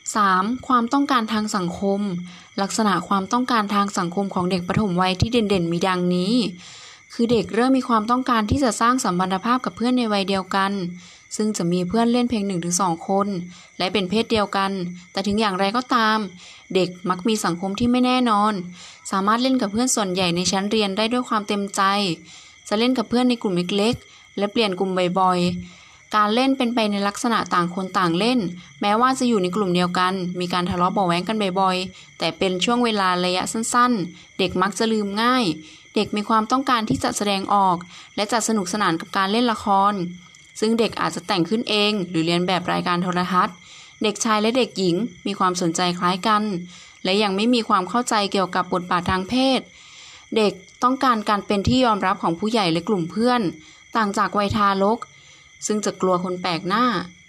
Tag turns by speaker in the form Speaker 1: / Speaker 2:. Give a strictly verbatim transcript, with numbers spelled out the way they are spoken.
Speaker 1: สาม ความต้องการทางสังคมลักษณะความต้องการทางสังคมของเด็กปฐมวัยที่เด่นๆมีดังนี้คือเด็กเริ่มมีความต้องการที่จะสร้างสัมพันธภาพกับเพื่อนในวัยเดียวกันซึ่งจะมีเพื่อนเล่นเพียง หนึ่งถึงสอง คนและเป็นเพศเดียวกันแต่ถึงอย่างไรก็ตามเด็กมักมีสังคมที่ไม่แน่นอนสามารถเล่นกับเพื่อนส่วนใหญ่ในชั้นเรียนได้ด้วยความเต็มใจจะเล่นกับเพื่อนในกลุ่มเล็กๆและเปลี่ยนกลุ่มบ่อยๆการเล่นเป็นไปในลักษณะต่างคนต่างเล่นแม้ว่าจะอยู่ในกลุ่มเดียวกันมีการทะเลาะเบาะแว้งกันบ่อยๆแต่เป็นช่วงเวลาระยะสั้นๆเด็กมักจะลืมง่ายเด็กมีความต้องการที่จะแสดงออกและจะสนุกสนานกับการเล่นละครซึ่งเด็กอาจจะแต่งขึ้นเองหรือเรียนแบบรายการโทรทัศน์เด็กชายและเด็กหญิงมีความสนใจคล้ายกันและยังไม่มีความเข้าใจเกี่ยวกับบทบาททางเพศเด็กต้องการการเป็นที่ยอมรับของผู้ใหญ่และกลุ่มเพื่อนต่างจากวัยทารกซึ่งจะกลัวคนแปลกหน้า